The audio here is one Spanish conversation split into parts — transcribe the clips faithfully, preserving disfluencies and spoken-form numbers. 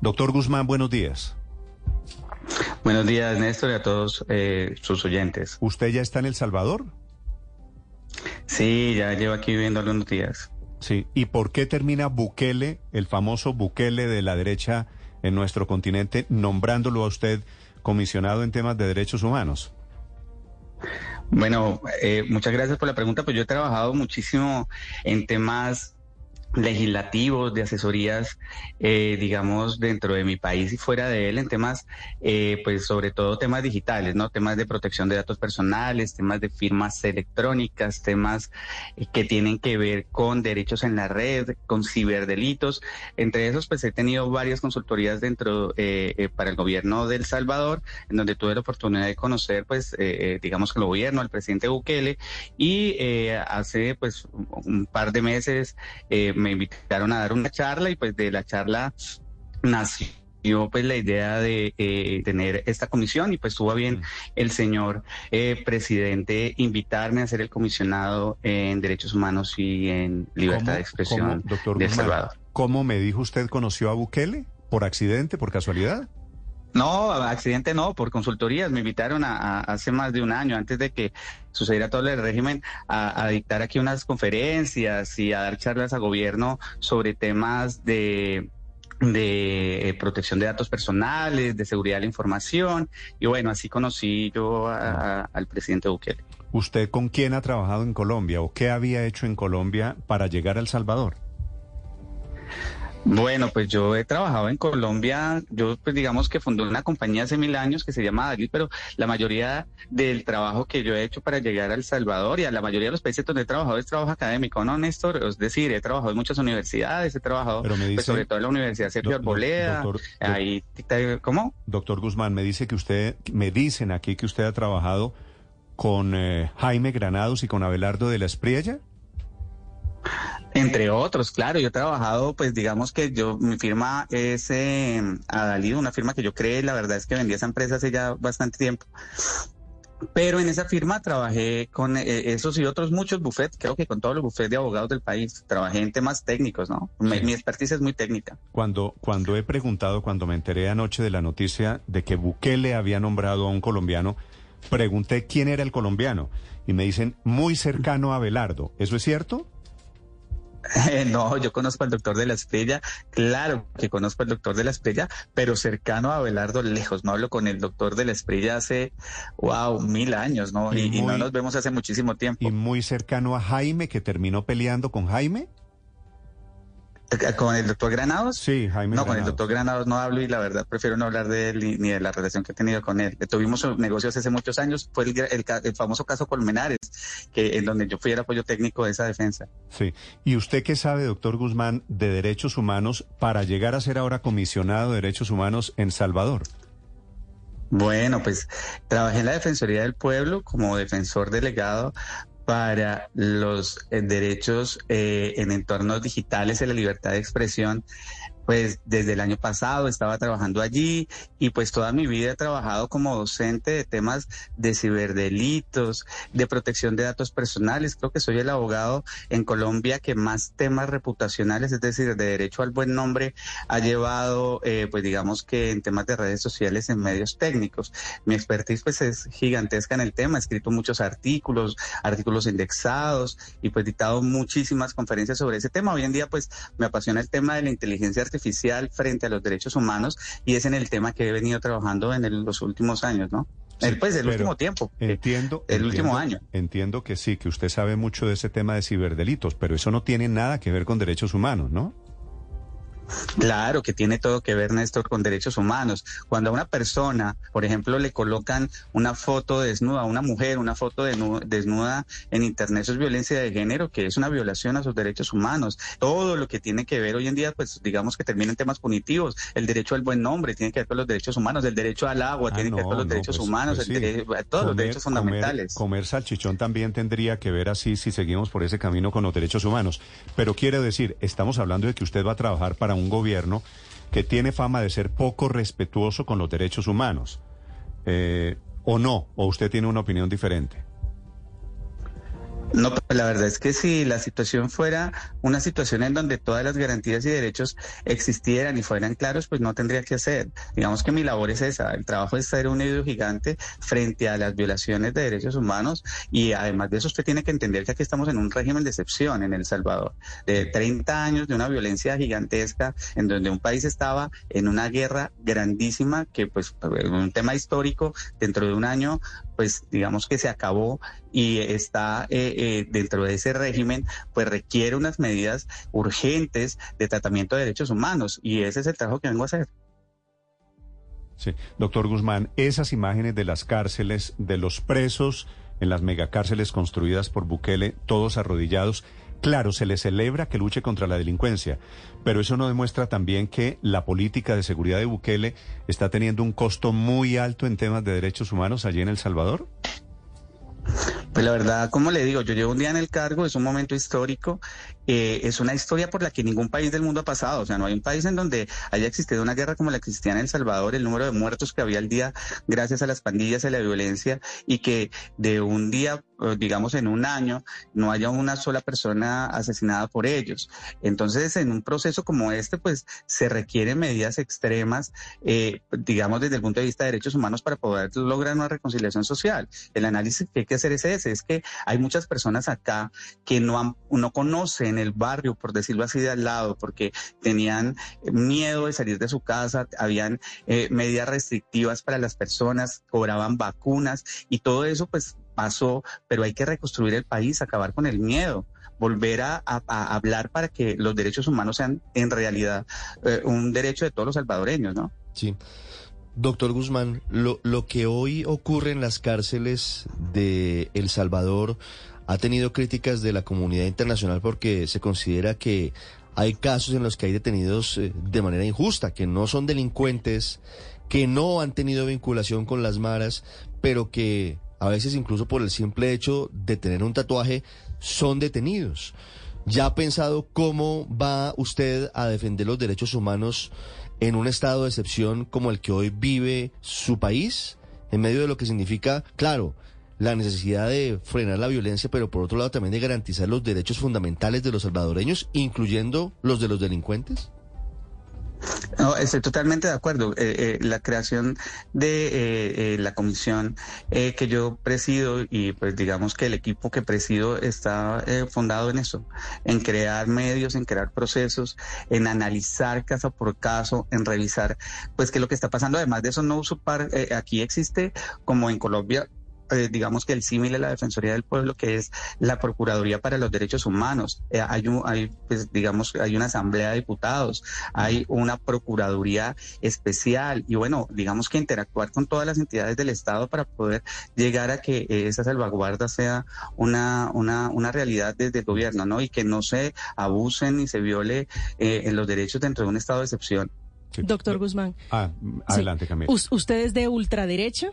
Doctor Guzmán, buenos días. Buenos días, Néstor, y a todos eh, sus oyentes. ¿Usted ya está en El Salvador? Sí, ya llevo aquí viviendo algunos días. Sí. ¿Y por qué termina Bukele, el famoso Bukele de la derecha en nuestro continente, nombrándolo a usted comisionado en temas de derechos humanos? Bueno, eh, muchas gracias por la pregunta. Pues yo he trabajado muchísimo en temas legislativos, de asesorías, eh, digamos, dentro de mi país y fuera de él, en temas, eh, pues sobre todo temas digitales, ¿no? Temas de protección de datos personales, temas de firmas electrónicas, temas eh, que tienen que ver con derechos en la red, con ciberdelitos. Entre esos, pues he tenido varias consultorías dentro, eh, eh, para el gobierno de El Salvador, en donde tuve la oportunidad de conocer, pues, eh, digamos que el gobierno, al presidente Bukele, y eh, hace, pues, un par de meses, eh, me invitaron a dar una charla y pues de la charla nació pues la idea de eh, tener esta comisión y pues tuvo bien el señor eh, presidente invitarme a ser el comisionado en derechos humanos y en libertad ¿Cómo, de expresión cómo, doctor de El Guzmán, Salvador. ¿Cómo me dijo usted conoció a Bukele? ¿Por accidente, por casualidad? No, accidente no, por consultorías. Me invitaron a, a hace más de un año, antes de que sucediera todo el régimen, a, a dictar aquí unas conferencias y a dar charlas a gobierno sobre temas de de eh, protección de datos personales, de seguridad de la información, y bueno, así conocí yo a, a, al presidente Bukele. ¿Usted con quién ha trabajado en Colombia o qué había hecho en Colombia para llegar a El Salvador? Bueno, pues yo he trabajado en Colombia, yo pues digamos que fundé una compañía hace mil años que se llama Dalit, pero la mayoría del trabajo que yo he hecho para llegar a El Salvador y a la mayoría de los países donde he trabajado es trabajo académico, ¿no, Néstor? Es decir, he trabajado en muchas universidades, he trabajado dice, pues, sobre todo en la Universidad Sergio Arboleda, doctor, ahí, ¿cómo? Doctor Guzmán, me dice que usted, me dicen aquí que usted ha trabajado con eh, Jaime Granados y con Abelardo de la Espriella. Entre otros, claro, yo he trabajado, pues digamos que yo, mi firma es eh, Adalid, una firma que yo creé, la verdad es que vendí esa empresa hace ya bastante tiempo. Pero en esa firma trabajé con eh, esos y otros muchos bufetes, creo que con todos los bufetes de abogados del país, trabajé en temas técnicos, ¿no? Mi, sí. mi expertise es muy técnica. Cuando, cuando he preguntado, cuando me enteré anoche de la noticia de que Bukele había nombrado a un colombiano, pregunté quién era el colombiano y me dicen muy cercano a Abelardo, ¿eso es cierto? Eh, no, yo conozco al doctor de la Espriella, claro que conozco al doctor de la Espriella, pero cercano a Abelardo lejos, no hablo con el doctor de la Espriella hace, wow, mil años, ¿no? Y, y, muy, y no nos vemos hace muchísimo tiempo. ¿Y muy cercano a Jaime, que terminó peleando con Jaime? ¿Con el doctor Granados? Sí, Jaime No, Granados. con el doctor Granados no hablo y la verdad prefiero no hablar de él ni, ni de la relación que he tenido con él. Tuvimos negocios hace muchos años, fue el, el, el famoso caso Colmenares, que en donde yo fui el apoyo técnico de esa defensa. Sí. ¿Y usted qué sabe, doctor Guzmán, de derechos humanos para llegar a ser ahora comisionado de derechos humanos en Salvador? Bueno, pues trabajé en la Defensoría del Pueblo como defensor delegado para los eh, derechos eh, en entornos digitales y la libertad de expresión. Pues desde el año pasado estaba trabajando allí y pues toda mi vida he trabajado como docente de temas de ciberdelitos, de protección de datos personales. Creo que soy el abogado en Colombia que más temas reputacionales, es decir, de derecho al buen nombre, ha llevado, eh, pues digamos que en temas de redes sociales, en medios técnicos. Mi expertise pues es gigantesca en el tema, he escrito muchos artículos, artículos indexados y pues dictado muchísimas conferencias sobre ese tema. Hoy en día pues me apasiona el tema de la inteligencia artificial artificial frente a los derechos humanos y es en el tema que he venido trabajando en el, los últimos años, ¿no? Sí, el, pues el último tiempo. Entiendo. El entiendo, último año. Entiendo que sí, que usted sabe mucho de ese tema de ciberdelitos, pero eso no tiene nada que ver con derechos humanos, ¿no? Claro que tiene todo que ver, Néstor, con derechos humanos. Cuando a una persona, por ejemplo, le colocan una foto desnuda, a una mujer, una foto desnuda en Internet, eso es violencia de género, que es una violación a sus derechos humanos. Todo lo que tiene que ver hoy en día, pues digamos que termina en temas punitivos. El derecho al buen nombre tiene que ver con los derechos humanos, el derecho al agua ah, tiene no, que ver con los no, derechos pues, humanos, pues sí. el derecho, todos comer, los derechos fundamentales. Comer, comer salchichón también tendría que ver así si seguimos por ese camino con los derechos humanos. Pero quiere decir, estamos hablando de que usted va a trabajar para un gobierno que tiene fama de ser poco respetuoso con los derechos humanos, eh, ¿o no? ¿O usted tiene una opinión diferente? No, pues la verdad es que si la situación fuera una situación en donde todas las garantías y derechos existieran y fueran claros, pues no tendría que hacer. Digamos que mi labor es esa, el trabajo es ser un hilo gigante frente a las violaciones de derechos humanos, y además de eso usted tiene que entender que aquí estamos en un régimen de excepción en El Salvador, de treinta años de una violencia gigantesca en donde un país estaba en una guerra grandísima que pues un tema histórico dentro de un año pues digamos que se acabó y está eh, eh, dentro de ese régimen, pues requiere unas medidas urgentes de tratamiento de derechos humanos, y ese es el trabajo que vengo a hacer. Sí, doctor Guzmán, esas imágenes de las cárceles, de los presos en las megacárceles construidas por Bukele, todos arrodillados, claro, se le celebra que luche contra la delincuencia, pero eso no demuestra también que la política de seguridad de Bukele está teniendo un costo muy alto en temas de derechos humanos allí en El Salvador. Pues la verdad, como le digo, yo llevo un día en el cargo, es un momento histórico, eh, es una historia por la que ningún país del mundo ha pasado. O sea, no hay un país en donde haya existido una guerra como la que existía en El Salvador, el número de muertos que había al día gracias a las pandillas y a la violencia, y que de un día, digamos en un año, no haya una sola persona asesinada por ellos. Entonces, en un proceso como este, pues se requieren medidas extremas, eh, digamos desde el punto de vista de derechos humanos, para poder lograr una reconciliación social. El análisis que hay que hacer es ese, es que hay muchas personas acá que no, han, no conocen el barrio, por decirlo así, de al lado, porque tenían miedo de salir de su casa, habían eh, medidas restrictivas para las personas, cobraban vacunas, y todo eso pues pasó, pero hay que reconstruir el país, acabar con el miedo, volver a, a, a hablar para que los derechos humanos sean en realidad eh, un derecho de todos los salvadoreños, ¿no? Sí. Doctor Guzmán, lo, lo que hoy ocurre en las cárceles de El Salvador ha tenido críticas de la comunidad internacional porque se considera que hay casos en los que hay detenidos eh, de manera injusta, que no son delincuentes, que no han tenido vinculación con las maras, pero que a veces incluso por el simple hecho de tener un tatuaje son detenidos. ¿Ya ha pensado cómo va usted a defender los derechos humanos en un estado de excepción como el que hoy vive su país, en medio de lo que significa, claro, la necesidad de frenar la violencia, pero por otro lado también de garantizar los derechos fundamentales de los salvadoreños, incluyendo los de los delincuentes? No, estoy totalmente de acuerdo. Eh, eh, la creación de eh, eh, la comisión eh, que yo presido, y pues digamos que el equipo que presido está eh, fundado en eso, en crear medios, en crear procesos, en analizar caso por caso, en revisar pues qué es lo que está pasando. Además de eso, no usurpar, eh, aquí existe, como en Colombia, Eh, digamos que el símil de la Defensoría del Pueblo, que es la Procuraduría para los Derechos Humanos. Eh, hay, un, hay pues, digamos, hay una Asamblea de Diputados, hay una Procuraduría especial, y bueno, digamos que interactuar con todas las entidades del Estado para poder llegar a que eh, esa salvaguarda sea una, una, una realidad desde el gobierno, ¿no? Y que no se abusen ni se viole eh, en los derechos dentro de un estado de excepción. Sí. Doctor Guzmán. Ah, adelante, sí. Camila. ¿Usted es de ultraderecha?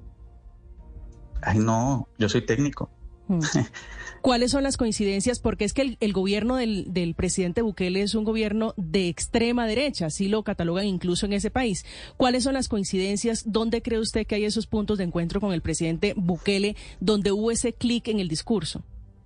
Ay, no, yo soy técnico. Hmm. ¿Cuáles son las coincidencias? Porque es que el, el gobierno del, del presidente Bukele es un gobierno de extrema derecha, así lo catalogan incluso en ese país. ¿Cuáles son las coincidencias? ¿Dónde cree usted que hay esos puntos de encuentro con el presidente Bukele, donde hubo ese clic en el discurso?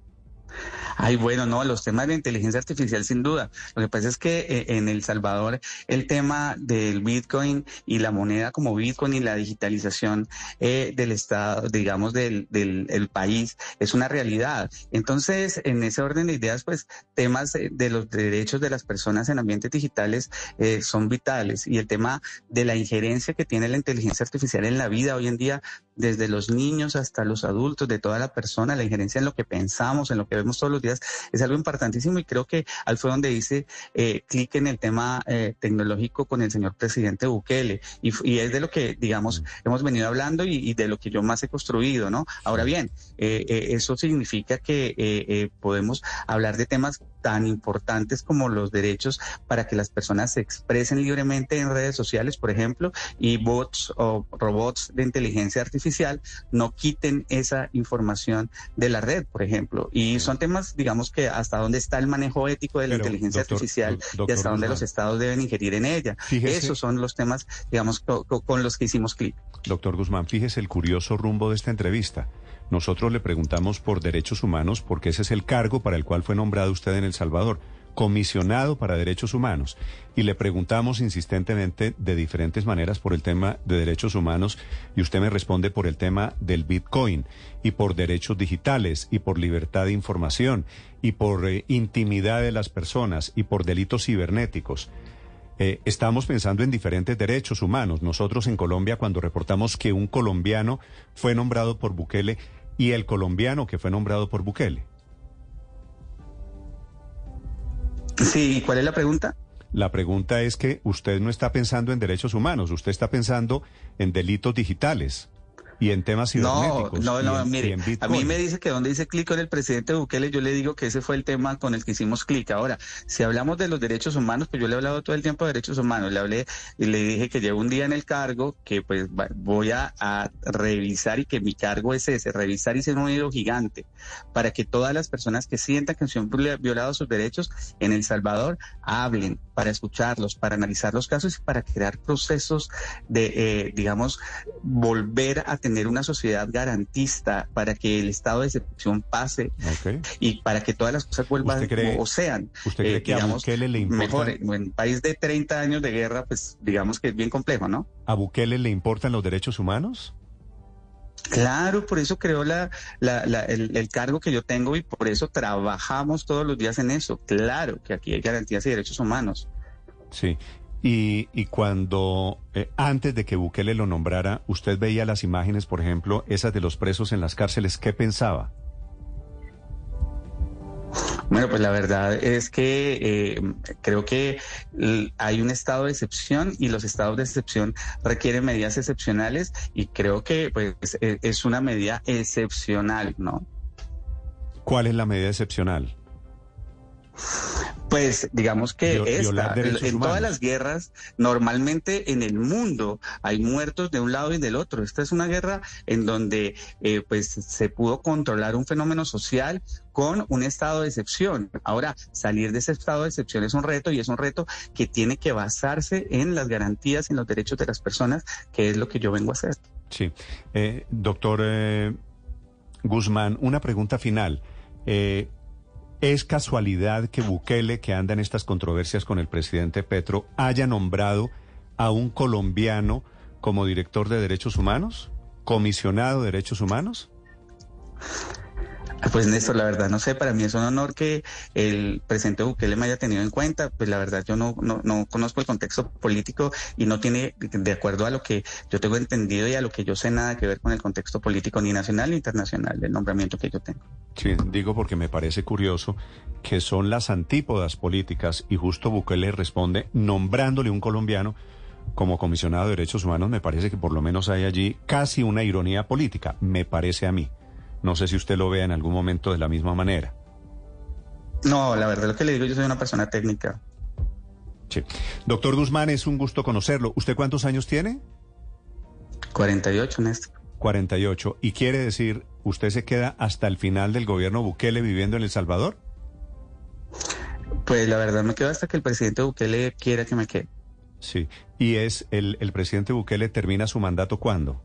Ay, bueno, no, los temas de inteligencia artificial sin duda. Lo que pasa es que eh, en El Salvador el tema del Bitcoin y la moneda como Bitcoin y la digitalización eh, del Estado, digamos, del, del el país es una realidad. Entonces, en ese orden de ideas, pues temas de los derechos de las personas en ambientes digitales eh, son vitales. Y el tema de la injerencia que tiene la inteligencia artificial en la vida hoy en día, desde los niños hasta los adultos, de toda la persona, la injerencia en lo que pensamos, en lo que vemos todos los días, es algo importantísimo, y creo que ahí fue donde hice eh, clic en el tema eh, tecnológico con el señor presidente Bukele, y, y es de lo que, digamos, mm. hemos venido hablando y, y de lo que yo más he construido, ¿no? Ahora bien, eh, eh, eso significa que eh, eh, podemos hablar de temas tan importantes como los derechos para que las personas se expresen libremente en redes sociales, por ejemplo, y bots o robots de inteligencia artificial no quiten esa información de la red, por ejemplo. Y son temas, digamos, que hasta dónde está el manejo ético de la Pero, inteligencia doctor, artificial doctor, y hasta dónde los estados deben ingerir en ella. Fíjese, esos son los temas, digamos, co co con los que hicimos clic. Doctor Guzmán, fíjese el curioso rumbo de esta entrevista. nosotros le preguntamos por derechos humanos porque ese es el cargo para el cual fue nombrado usted en El Salvador, comisionado para derechos humanos. Y le preguntamos insistentemente de diferentes maneras por el tema de derechos humanos y usted me responde por el tema del Bitcoin y por derechos digitales y por libertad de información y por eh, intimidad de las personas y por delitos cibernéticos. Eh, estamos pensando en diferentes derechos humanos. Nosotros en Colombia, cuando reportamos que un colombiano fue nombrado por Bukele y el colombiano que fue nombrado por Bukele. Sí, ¿cuál es la pregunta? La pregunta es que usted no está pensando en derechos humanos, usted está pensando en delitos digitales y en temas cibernéticos. No, no, no, en, mire, a mí me dice que donde dice clic con el presidente Bukele, yo le digo que ese fue el tema con el que hicimos clic. Ahora, si hablamos de los derechos humanos, pues yo le he hablado todo el tiempo de derechos humanos, le hablé y le dije que llevo un día en el cargo, que pues voy a, a revisar y que mi cargo es ese, revisar y ser un oído gigante para que todas las personas que sientan que se han violado sus derechos en El Salvador hablen, para escucharlos, para analizar los casos y para crear procesos de, eh, digamos, volver a tener una sociedad garantista para que el estado de excepción pase okay. y para que todas las cosas vuelvan cree, o sean, ¿usted cree eh, que digamos, a Bukele le importa? Mejor. En un país de treinta años de guerra, pues digamos que es bien complejo, ¿no? ¿A Bukele le importan los derechos humanos? Claro, por eso creo la, la, la, el, el cargo que yo tengo y por eso trabajamos todos los días en eso. Claro que aquí hay garantías y derechos humanos. Sí. Y, y cuando, eh, antes de que Bukele lo nombrara, usted veía las imágenes, por ejemplo, esas de los presos en las cárceles, ¿qué pensaba? Bueno, pues la verdad es que eh, creo que hay un estado de excepción y los estados de excepción requieren medidas excepcionales y creo que pues es una medida excepcional, ¿no? ¿Cuál es la medida excepcional? Pues digamos que esta, en todas las guerras, normalmente en el mundo hay muertos de un lado y del otro. Esta es una guerra en donde eh, pues se pudo controlar un fenómeno social con un estado de excepción. Ahora, salir de ese estado de excepción es un reto y es un reto que tiene que basarse en las garantías y en los derechos de las personas, que es lo que yo vengo a hacer. Sí. Eh, doctor eh, Guzmán, una pregunta final. Eh, ¿Es casualidad que Bukele, que anda en estas controversias con el presidente Petro, haya nombrado a un colombiano como director de derechos humanos, comisionado de derechos humanos? Pues Néstor, la verdad no sé, para mí es un honor que el presidente Bukele me haya tenido en cuenta, pues la verdad yo no, no, no conozco el contexto político y no tiene, de acuerdo a lo que yo tengo entendido y a lo que yo sé, nada que ver con el contexto político ni nacional ni internacional del nombramiento que yo tengo. Sí, digo porque me parece curioso que son las antípodas políticas y justo Bukele responde nombrándole un colombiano como comisionado de derechos humanos. Me parece que por lo menos hay allí casi una ironía política, me parece a mí. No sé si usted lo vea en algún momento de la misma manera. No, la verdad lo que le digo, yo soy una persona técnica. Sí. Doctor Guzmán, es un gusto conocerlo. ¿Usted cuántos años tiene? cuarenta y ocho, Néstor. cuarenta y ocho. ¿Y quiere decir, usted se queda hasta el final del gobierno Bukele viviendo en El Salvador? Pues la verdad me quedo hasta que el presidente Bukele quiera que me quede. Sí. ¿Y es el, el presidente Bukele termina su mandato cuándo?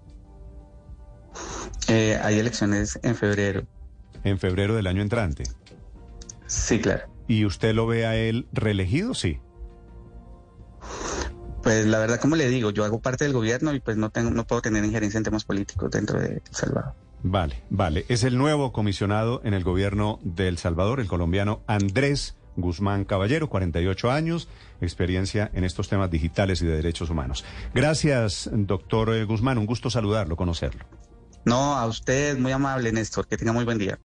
Eh, hay elecciones en febrero. ¿En febrero del año entrante? Sí, claro. ¿Y usted lo ve a él reelegido? Sí. Pues la verdad, como le digo, yo hago parte del gobierno y pues no tengo, no puedo tener injerencia en temas políticos dentro de El Salvador. Vale, vale. Es el nuevo comisionado en el gobierno de El Salvador, el colombiano Andrés Guzmán Caballero, cuarenta y ocho años, experiencia en estos temas digitales y de derechos humanos. Gracias, doctor Guzmán. Un gusto saludarlo, conocerlo. No, a usted, muy amable, Néstor. Que tenga muy buen día.